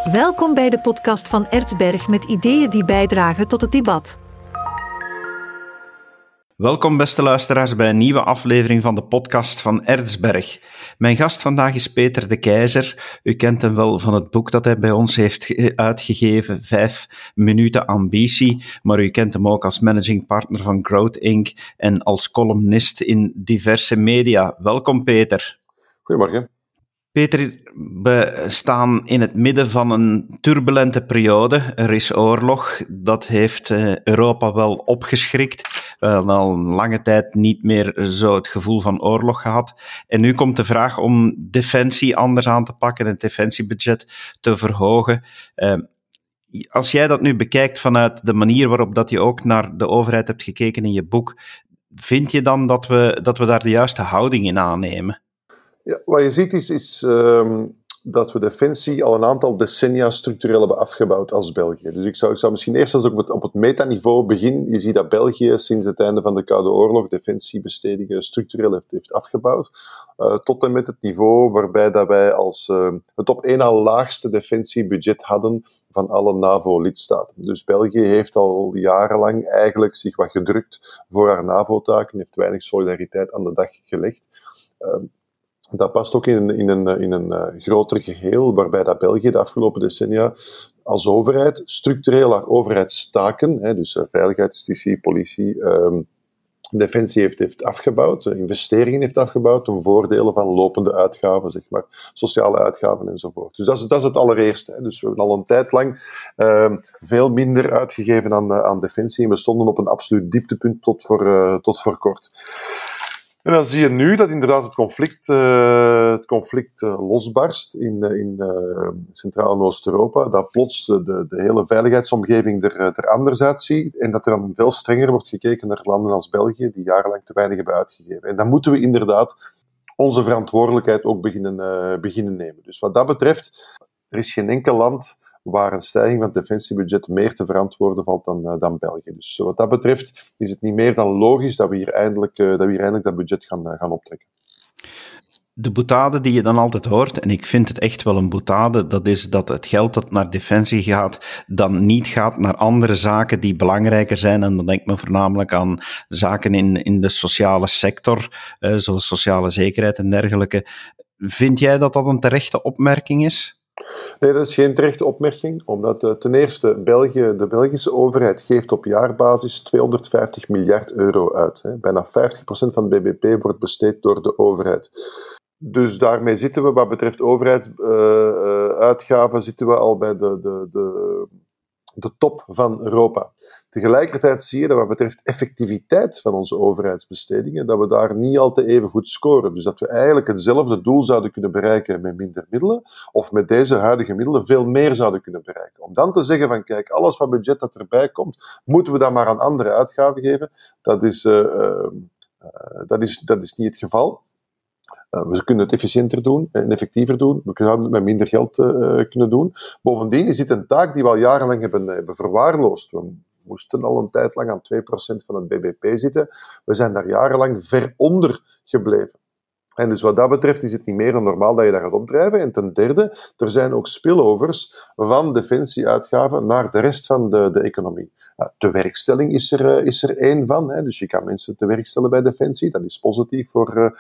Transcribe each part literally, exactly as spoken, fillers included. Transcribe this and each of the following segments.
Welkom bij de podcast van Erzberg met ideeën die bijdragen tot het debat. Welkom beste luisteraars bij een nieuwe aflevering van de podcast van Erzberg. Mijn gast vandaag is Peter de Keizer. U kent hem wel van het boek dat hij bij ons heeft uitgegeven, Vijf minuten ambitie. Maar u kent hem ook als managing partner van Growth incorporated en als columnist in diverse media. Welkom Peter. Goedemorgen. Peter, we staan in het midden van een turbulente periode. Er is oorlog. Dat heeft Europa wel opgeschrikt. We hebben al een lange tijd niet meer zo het gevoel van oorlog gehad. En nu komt de vraag om defensie anders aan te pakken en het defensiebudget te verhogen. Als jij dat nu bekijkt vanuit de manier waarop dat je ook naar de overheid hebt gekeken in je boek, vind je dan dat we, dat we daar de juiste houding in aannemen? Ja, wat je ziet is, is um, dat we defensie al een aantal decennia structureel hebben afgebouwd als België. Dus ik zou, ik zou misschien eerst als ik op het, op het metaniveau beginnen. Je ziet dat België sinds het einde van de Koude Oorlog defensiebestedingen structureel heeft, heeft afgebouwd. Uh, tot en met het niveau waarbij dat wij als uh, het op één al laagste defensiebudget hadden van alle NAVO-lidstaten. Dus België heeft al jarenlang eigenlijk zich wat gedrukt voor haar NAVO-taken, heeft weinig solidariteit aan de dag gelegd. Uh, Dat past ook in een, in een, in een uh, groter geheel, waarbij dat België de afgelopen decennia als overheid structureel haar overheidstaken, hè, dus uh, veiligheid, justitie, politie, um, defensie heeft, heeft afgebouwd, uh, investeringen heeft afgebouwd, ten voordele van lopende uitgaven, zeg maar, sociale uitgaven enzovoort. Dus dat is, dat is het allereerste. Hè. Dus we hebben al een tijd lang uh, veel minder uitgegeven aan, uh, aan defensie en we stonden op een absoluut dieptepunt tot voor, uh, tot voor kort. En dan zie je nu dat inderdaad het conflict, uh, het conflict uh, losbarst in, uh, in uh, Centraal- en Oost-Europa, dat plots de, de hele veiligheidsomgeving er, er anders uitziet en dat er dan veel strenger wordt gekeken naar landen als België, die jarenlang te weinig hebben uitgegeven. En dan moeten we inderdaad onze verantwoordelijkheid ook beginnen, uh, beginnen nemen. Dus wat dat betreft, er is geen enkel land waar een stijging van het defensiebudget meer te verantwoorden valt dan, uh, dan België. Dus wat dat betreft is het niet meer dan logisch dat we hier eindelijk, uh, dat, we hier eindelijk dat budget gaan, uh, gaan optrekken. De boutade die je dan altijd hoort, en ik vind het echt wel een boutade, dat is dat het geld dat naar defensie gaat, dan niet gaat naar andere zaken die belangrijker zijn. En dan denk ik me voornamelijk aan zaken in, in de sociale sector, uh, zoals sociale zekerheid en dergelijke. Vind jij dat dat een terechte opmerking is? Nee, dat is geen terechte opmerking, omdat uh, ten eerste België, de Belgische overheid geeft op jaarbasis tweehonderdvijftig miljard euro uit. Hè. Bijna vijftig procent van het B B P wordt besteed door de overheid. Dus daarmee zitten we, wat betreft overheidsuitgaven, uh, uh, zitten we al bij de, de, de, de top van Europa. Tegelijkertijd zie je dat wat betreft effectiviteit van onze overheidsbestedingen, dat we daar niet al te even goed scoren. Dus dat we eigenlijk hetzelfde doel zouden kunnen bereiken met minder middelen, of met deze huidige middelen veel meer zouden kunnen bereiken. Om dan te zeggen van, kijk, alles wat budget dat erbij komt, moeten we dat maar aan andere uitgaven geven, dat is, uh, uh, dat is, dat is niet het geval. Uh, we kunnen het efficiënter doen en effectiever doen. We zouden het met minder geld uh, kunnen doen. Bovendien is dit een taak die we al jarenlang hebben, hebben verwaarloosd. We moesten al een tijd lang aan twee procent van het B B P zitten. We zijn daar jarenlang ver onder gebleven. En dus wat dat betreft is het niet meer dan normaal dat je dat gaat opdrijven. En ten derde, er zijn ook spillovers van defensieuitgaven naar de rest van de, de economie. Ja, tewerkstelling is er, is er één van. Hè. Dus je kan mensen tewerkstellen bij defensie. Dat is positief voor, uh,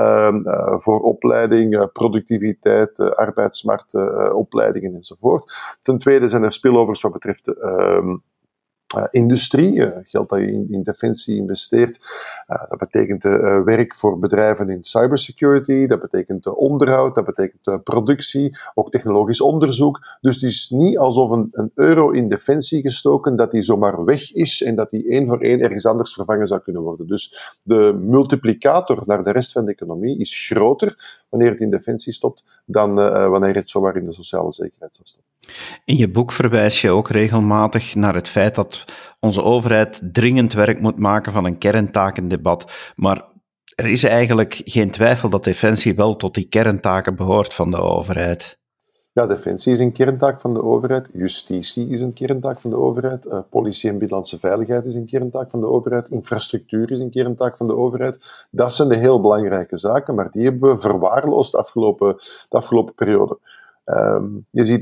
uh, voor opleiding, uh, productiviteit, uh, arbeidsmarkt, uh, opleidingen enzovoort. Ten tweede zijn er spillovers wat betreft uh, Uh, industrie, uh, geld dat je in, in defensie investeert. Uh, dat betekent uh, werk voor bedrijven in cybersecurity, dat betekent uh, onderhoud, dat betekent uh, productie, ook technologisch onderzoek. Dus het is niet alsof een, een euro in defensie gestoken, dat die zomaar weg is en dat die één voor één ergens anders vervangen zou kunnen worden. Dus de multiplicator naar de rest van de economie is groter wanneer het in defensie stopt dan uh, wanneer het zomaar in de sociale zekerheid zou stoppen. In je boek verwijs je ook regelmatig naar het feit dat onze overheid dringend werk moet maken van een kerntakendebat. Maar er is eigenlijk geen twijfel dat defensie wel tot die kerntaken behoort van de overheid. Ja, defensie is een kerntaak van de overheid, justitie is een kerntaak van de overheid, uh, politie en binnenlandse veiligheid is een kerntaak van de overheid, infrastructuur is een kerntaak van de overheid. Dat zijn de heel belangrijke zaken, maar die hebben we verwaarloosd de afgelopen, de afgelopen periode. Um, je ziet ook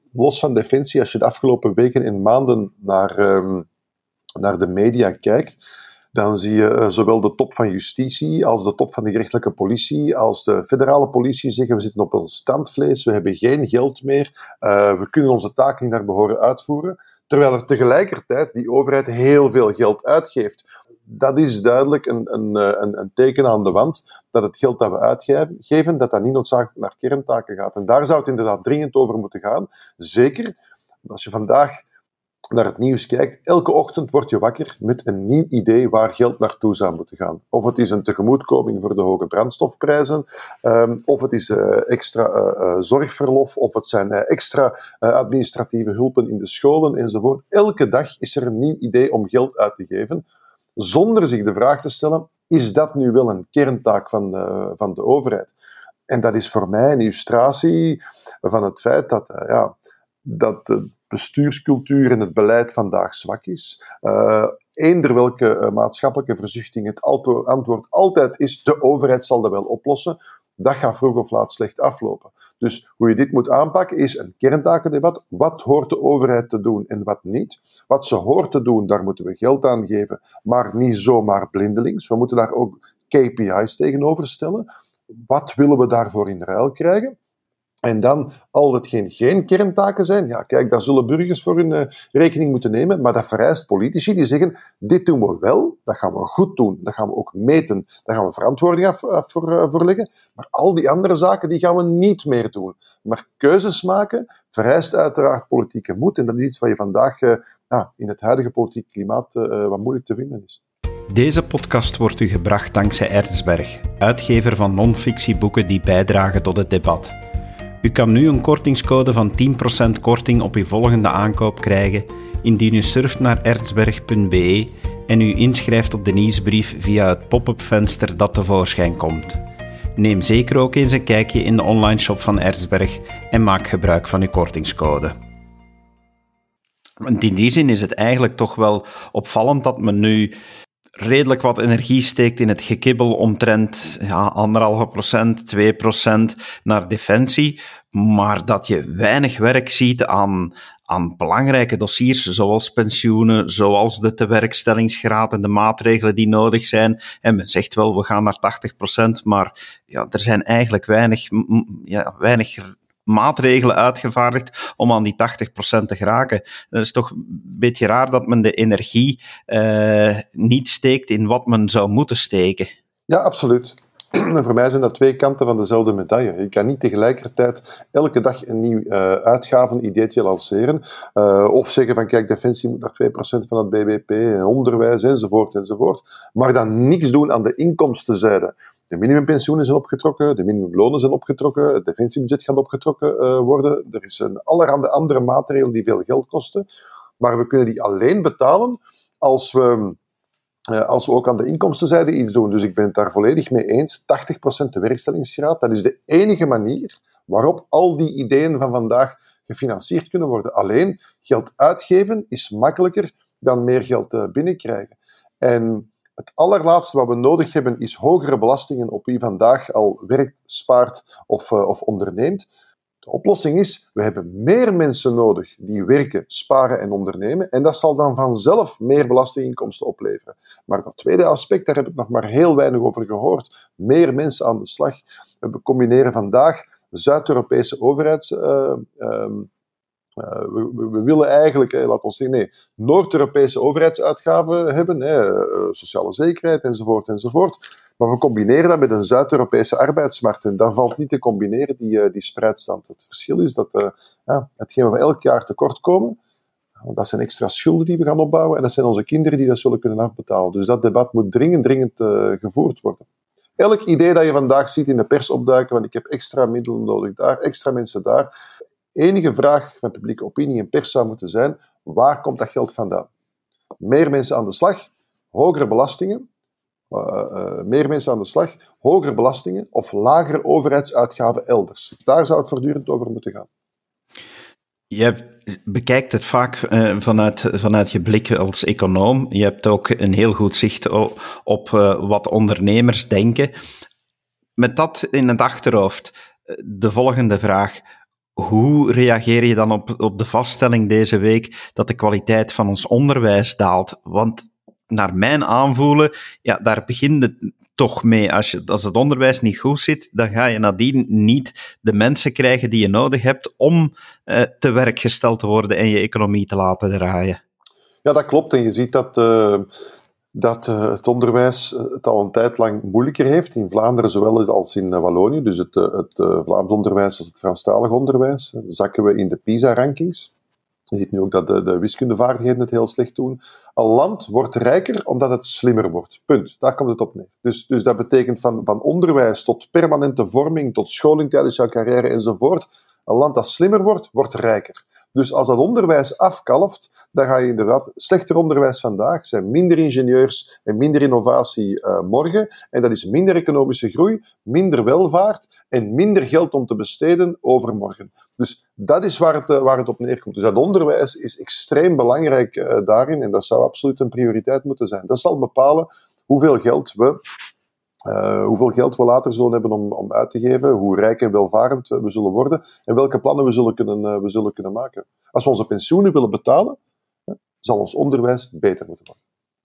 los van defensie, als je de afgelopen weken en maanden naar, um, naar de media kijkt, dan zie je uh, zowel de top van justitie als de top van de gerechtelijke politie, als de federale politie zeggen we zitten op ons standvlees, we hebben geen geld meer, uh, we kunnen onze taken niet naar behoren uitvoeren, terwijl er tegelijkertijd die overheid heel veel geld uitgeeft. Dat is duidelijk een, een, een, een teken aan de wand dat het geld dat we uitgeven, dat dat niet noodzakelijk naar kerntaken gaat. En daar zou het inderdaad dringend over moeten gaan. Zeker als je vandaag naar het nieuws kijkt, elke ochtend word je wakker met een nieuw idee waar geld naartoe zou moeten gaan. Of het is een tegemoetkoming voor de hoge brandstofprijzen, um, of het is uh, extra uh, uh, zorgverlof, of het zijn uh, extra uh, administratieve hulpen in de scholen enzovoort. Elke dag is er een nieuw idee om geld uit te geven, zonder zich de vraag te stellen, is dat nu wel een kerntaak van de, van de overheid? En dat is voor mij een illustratie van het feit dat, uh, ja, dat de bestuurscultuur en het beleid vandaag zwak is. Uh, eender welke uh, maatschappelijke verzuchting het antwoord altijd is, de overheid zal dat wel oplossen. Dat gaat vroeg of laat slecht aflopen. Dus hoe je dit moet aanpakken is een kerntakendebat. Wat hoort de overheid te doen en wat niet? Wat ze hoort te doen, daar moeten we geld aan geven, maar niet zomaar blindelings. We moeten daar ook K P I's tegenover stellen. Wat willen we daarvoor in ruil krijgen? En dan, al hetgeen geen kerntaken zijn, ja, kijk, daar zullen burgers voor hun uh, rekening moeten nemen, maar dat vereist politici die zeggen, dit doen we wel, dat gaan we goed doen, dat gaan we ook meten, daar gaan we verantwoording af, af voor, uh, voor leggen, maar al die andere zaken, die gaan we niet meer doen. Maar keuzes maken vereist uiteraard politieke moed, en dat is iets wat je vandaag uh, uh, in het huidige politieke klimaat uh, wat moeilijk te vinden is. Deze podcast wordt u gebracht dankzij Erzberg, uitgever van non-fictieboeken die bijdragen tot het debat. U kan nu een kortingscode van tien procent korting op uw volgende aankoop krijgen indien u surft naar erzberg punt b e en u inschrijft op de nieuwsbrief via het pop-up venster dat tevoorschijn komt. Neem zeker ook eens een kijkje in de online shop van Erzberg en maak gebruik van uw kortingscode. Want in die zin is het eigenlijk toch wel opvallend dat men nu redelijk wat energie steekt in het gekibbel omtrent ja, anderhalve procent, twee procent naar defensie, maar dat je weinig werk ziet aan, aan belangrijke dossiers, zoals pensioenen, zoals de tewerkstellingsgraad en de maatregelen die nodig zijn. En men zegt wel, we gaan naar tachtig procent, maar ja, er zijn eigenlijk weinig, ja, weinig maatregelen uitgevaardigd om aan die tachtig procent te geraken. Dat is toch een beetje raar dat men de energie uh, niet steekt in wat men zou moeten steken. Ja, absoluut. En voor mij zijn dat twee kanten van dezelfde medaille. Je kan niet tegelijkertijd elke dag een nieuw uh, uitgaven-ideetje lanceren, uh, of zeggen van kijk, defensie moet naar twee procent van het B B P, en onderwijs, enzovoort, enzovoort, maar dan niks doen aan de inkomstenzijde. De minimumpensioenen zijn opgetrokken, de minimumlonen zijn opgetrokken, het defensiebudget gaat opgetrokken uh, worden. Er is een allerhande andere maatregelen die veel geld kosten, maar we kunnen die alleen betalen als we... Uh, als we ook aan de inkomstenzijde iets doen. Dus ik ben het daar volledig mee eens. tachtig procent de werkstellingsgraad, dat is de enige manier waarop al die ideeën van vandaag gefinancierd kunnen worden. Alleen, geld uitgeven is makkelijker dan meer geld uh, binnenkrijgen. En het allerlaatste wat we nodig hebben is hogere belastingen op wie vandaag al werkt, spaart of, uh, of onderneemt. De oplossing is, we hebben meer mensen nodig die werken, sparen en ondernemen, en dat zal dan vanzelf meer belastinginkomsten opleveren. Maar dat tweede aspect, daar heb ik nog maar heel weinig over gehoord. Meer mensen aan de slag. We combineren vandaag Zuid-Europese overheids... Uh, um, Uh, we, we, we willen eigenlijk, eh, laat ons zeggen, nee, Noord-Europese overheidsuitgaven hebben, eh, uh, sociale zekerheid enzovoort enzovoort. Maar we combineren dat met een Zuid-Europese arbeidsmarkt en dat valt niet te combineren, die, uh, die spreidstand. Het verschil is dat uh, ja, hetgeen we elk jaar tekort komen, dat zijn extra schulden die we gaan opbouwen en dat zijn onze kinderen die dat zullen kunnen afbetalen. Dus dat debat moet dringend, dringend uh, gevoerd worden. Elk idee dat je vandaag ziet in de pers opduiken, want ik heb extra middelen nodig daar, extra mensen daar. Enige vraag van publieke opinie en pers zou moeten zijn, waar komt dat geld vandaan? Meer mensen aan de slag, hogere belastingen, uh, uh, meer mensen aan de slag, hogere belastingen of lagere overheidsuitgaven elders. Daar zou het voortdurend over moeten gaan. Je bekijkt het vaak uh, vanuit, vanuit je blik als econoom. Je hebt ook een heel goed zicht op, op uh, wat ondernemers denken. Met dat in het achterhoofd, de volgende vraag. Hoe reageer je dan op, op de vaststelling deze week dat de kwaliteit van ons onderwijs daalt? Want naar mijn aanvoelen, ja, daar begint het toch mee. Als, je, als het onderwijs niet goed zit, dan ga je nadien niet de mensen krijgen die je nodig hebt om uh, te werk gesteld te worden en je economie te laten draaien. Ja, dat klopt. En je ziet dat, uh, dat uh, het onderwijs het al een tijd lang moeilijker heeft, in Vlaanderen zowel als in uh, Wallonië. Dus het, uh, het uh, Vlaams onderwijs als het Franstalig onderwijs. Dan zakken we in de PISA-rankings. Je ziet nu ook dat de, de wiskundevaardigheden het heel slecht doen. Een land wordt rijker omdat het slimmer wordt. Punt. Daar komt het op neer. Dus, dus dat betekent van, van onderwijs tot permanente vorming, tot scholing tijdens jouw carrière enzovoort. Een land dat slimmer wordt, wordt rijker. Dus als dat onderwijs afkalft, dan ga je inderdaad slechter onderwijs vandaag, zijn minder ingenieurs en minder innovatie uh, morgen. En dat is minder economische groei, minder welvaart en minder geld om te besteden overmorgen. Dus dat is waar het, uh, waar het op neerkomt. Dus dat onderwijs is extreem belangrijk uh, daarin en dat zou absoluut een prioriteit moeten zijn. Dat zal bepalen hoeveel geld we... Uh, hoeveel geld we later zullen hebben om, om uit te geven, hoe rijk en welvarend we zullen worden en welke plannen we zullen kunnen, uh, we zullen kunnen maken. Als we onze pensioenen willen betalen, uh, zal ons onderwijs beter moeten worden.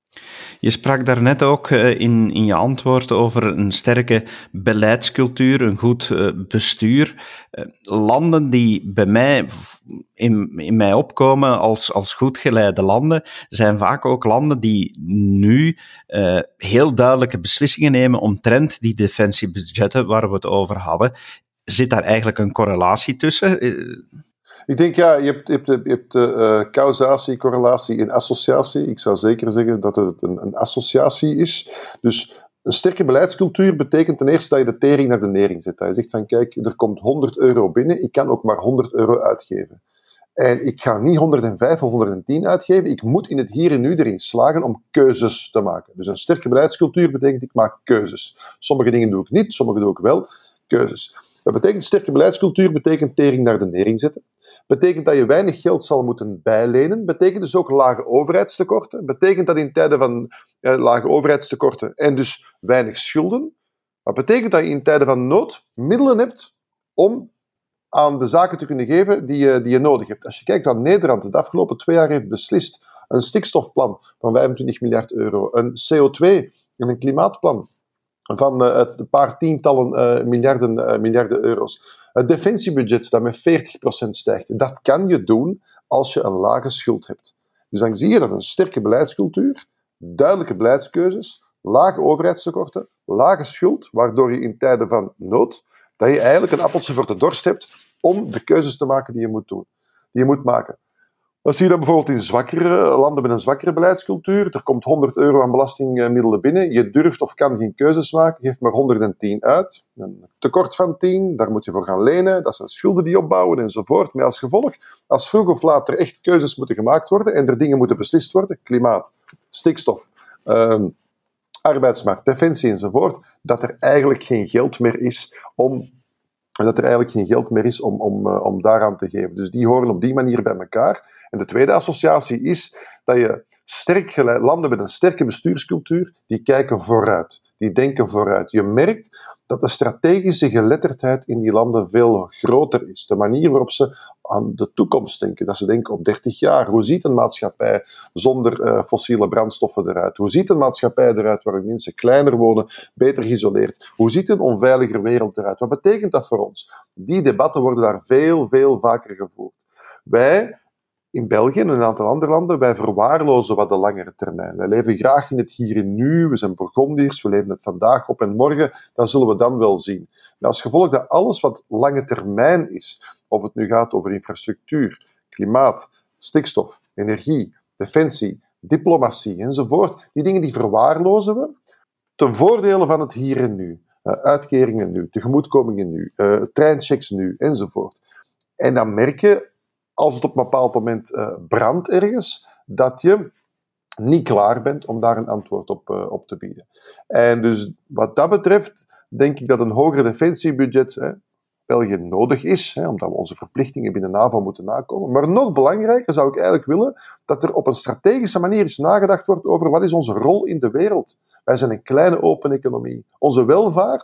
Je sprak daarnet ook uh, in, in je antwoord over een sterke beleidscultuur, een goed uh, bestuur. Uh, landen die bij mij in, in mij opkomen als, als goed geleide landen, zijn vaak ook landen die nu uh, heel duidelijke beslissingen nemen omtrent die defensiebudgetten waar we het over hadden. Zit daar eigenlijk een correlatie tussen? Uh, Ik denk, ja, je hebt, je hebt, je hebt uh, causatie, correlatie en associatie. Ik zou zeker zeggen dat het een, een associatie is. Dus een sterke beleidscultuur betekent ten eerste dat je de tering naar de nering zet. Dat je zegt van, kijk, er komt honderd euro binnen, ik kan ook maar honderd euro uitgeven. En ik ga niet honderdvijf of honderdtien uitgeven, ik moet in het hier en nu erin slagen om keuzes te maken. Dus een sterke beleidscultuur betekent, ik maak keuzes. Sommige dingen doe ik niet, sommige doe ik wel. Keuzes. Dat betekent, sterke beleidscultuur betekent tering naar de nering zetten. Betekent dat je weinig geld zal moeten bijlenen. Betekent dus ook lage overheidstekorten. Betekent dat in tijden van ja, lage overheidstekorten en dus weinig schulden. Dat betekent dat je in tijden van nood middelen hebt om aan de zaken te kunnen geven die je, die je nodig hebt. Als je kijkt wat Nederland de afgelopen twee jaar heeft beslist. Een stikstofplan van vijfentwintig miljard euro. Een C O twee en een klimaatplan van uh, een paar tientallen uh, miljarden, uh, miljarden euro's. Het defensiebudget dat met veertig procent stijgt. Dat kan je doen als je een lage schuld hebt. Dus dan zie je dat een sterke beleidscultuur, duidelijke beleidskeuzes, lage overheidstekorten, lage schuld, waardoor je in tijden van nood, dat je eigenlijk een appeltje voor de dorst hebt om de keuzes te maken die je moet doen. Die je moet maken. Dat zie je dan bijvoorbeeld in zwakkere landen met een zwakkere beleidscultuur. Er komt honderd euro aan belastingmiddelen binnen. Je durft of kan geen keuzes maken. Geef maar honderdtien uit. Een tekort van tien, daar moet je voor gaan lenen. Dat zijn schulden die opbouwen enzovoort. Met als gevolg, als vroeg of laat er echt keuzes moeten gemaakt worden en er dingen moeten beslist worden, klimaat, stikstof, uh, arbeidsmarkt, defensie enzovoort, dat er eigenlijk geen geld meer is om... En dat er eigenlijk geen geld meer is om, om, uh, om daaraan te geven. Dus die horen op die manier bij elkaar. En de tweede associatie is dat je sterk geleid, landen met een sterke bestuurscultuur, die kijken vooruit. Die denken vooruit. Je merkt dat de strategische geletterdheid in die landen veel groter is. De manier waarop ze aan de toekomst denken. Dat ze denken op dertig jaar. Hoe ziet een maatschappij zonder uh, fossiele brandstoffen eruit? Hoe ziet een maatschappij eruit waar mensen kleiner wonen, beter geïsoleerd? Hoe ziet een onveiliger wereld eruit? Wat betekent dat voor ons? Die debatten worden daar veel, veel vaker gevoerd. Wij... In België en een aantal andere landen, wij verwaarlozen wat de langere termijn. Wij leven graag in het hier en nu, we zijn Bourgondiërs, we leven het vandaag op en morgen, dan zullen we dan wel zien. En als gevolg dat alles wat lange termijn is, of het nu gaat over infrastructuur, klimaat, stikstof, energie, defensie, diplomatie enzovoort, die dingen die verwaarlozen we ten voordele van het hier en nu. Uh, uitkeringen nu, tegemoetkomingen nu, uh, treinchecks nu enzovoort. En dan merk je, als het op een bepaald moment uh, brandt ergens, dat je niet klaar bent om daar een antwoord op, uh, op te bieden. En dus wat dat betreft, denk ik dat een hoger defensiebudget hè, België nodig is, hè, omdat we onze verplichtingen binnen NAVO moeten nakomen. Maar nog belangrijker zou ik eigenlijk willen dat er op een strategische manier eens nagedacht wordt over wat is onze rol in de wereld. Wij zijn een kleine open economie. Onze welvaart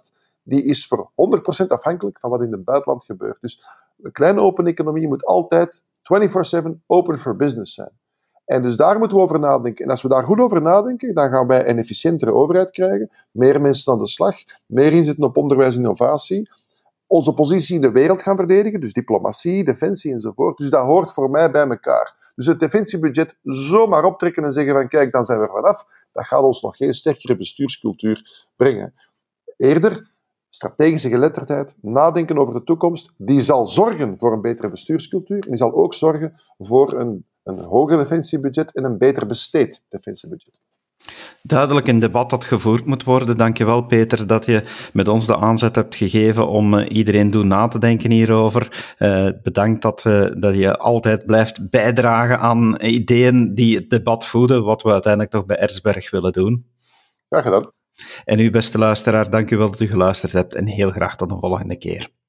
die is voor honderd procent afhankelijk van wat in het buitenland gebeurt. Dus een kleine open economie moet altijd vierentwintig zeven open for business zijn. En dus daar moeten we over nadenken. En als we daar goed over nadenken, dan gaan wij een efficiëntere overheid krijgen, meer mensen aan de slag, meer inzetten op onderwijs en innovatie, onze positie in de wereld gaan verdedigen, dus diplomatie, defensie enzovoort. Dus dat hoort voor mij bij elkaar. Dus het defensiebudget zomaar optrekken en zeggen van kijk, dan zijn we er vanaf, dat gaat ons nog geen sterkere bestuurscultuur brengen. Eerder, strategische geletterdheid, nadenken over de toekomst, die zal zorgen voor een betere bestuurscultuur en die zal ook zorgen voor een, een hoger defensiebudget en een beter besteed defensiebudget. Duidelijk een debat dat gevoerd moet worden. Dankjewel, Peter, dat je met ons de aanzet hebt gegeven om uh, iedereen doen na te denken hierover. Uh, bedankt dat, uh, dat je altijd blijft bijdragen aan ideeën die het debat voeden, wat we uiteindelijk toch bij Erzberg willen doen. Graag gedaan. En u, beste luisteraar, dank u wel dat u geluisterd hebt en heel graag tot de volgende keer.